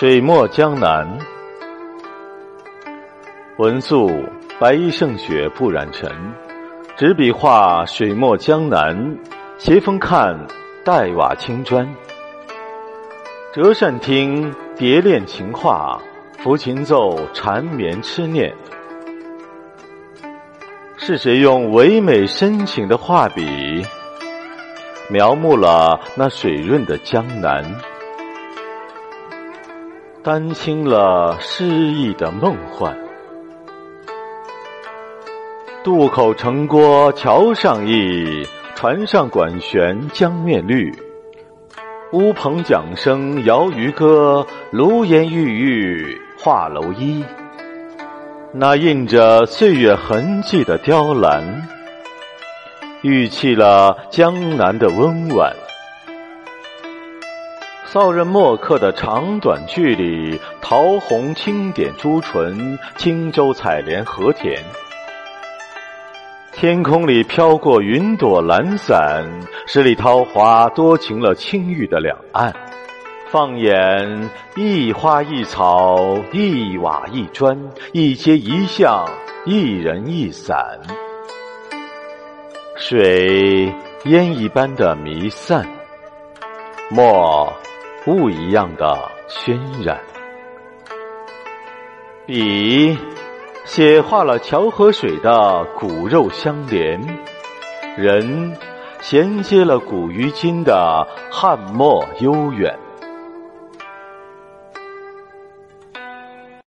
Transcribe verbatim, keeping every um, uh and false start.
水墨江南，文素白衣胜雪不染尘，执笔画水墨江南，斜风看黛瓦青砖。折扇听蝶恋情话，抚琴奏缠绵痴念。是谁用唯美深情的画笔，描摹了那水润的江南，丹青了诗意的梦幻。渡口城郭桥上意，船上管弦江面绿。乌篷桨声摇渔歌，炉烟郁郁画楼衣。那印着岁月痕迹的雕栏，玉砌了江南的温婉。骚人墨客的长短句里，桃红轻点朱唇，轻舟采莲和田。天空里飘过云朵懒散，十里桃花多情了青玉的两岸。放眼一花一草，一瓦一砖，一街一巷，一人一伞。水烟一般的弥散，墨雾一样的渲染。笔写画了桥和水的骨肉相连，人衔接了古与今的汉墨悠远。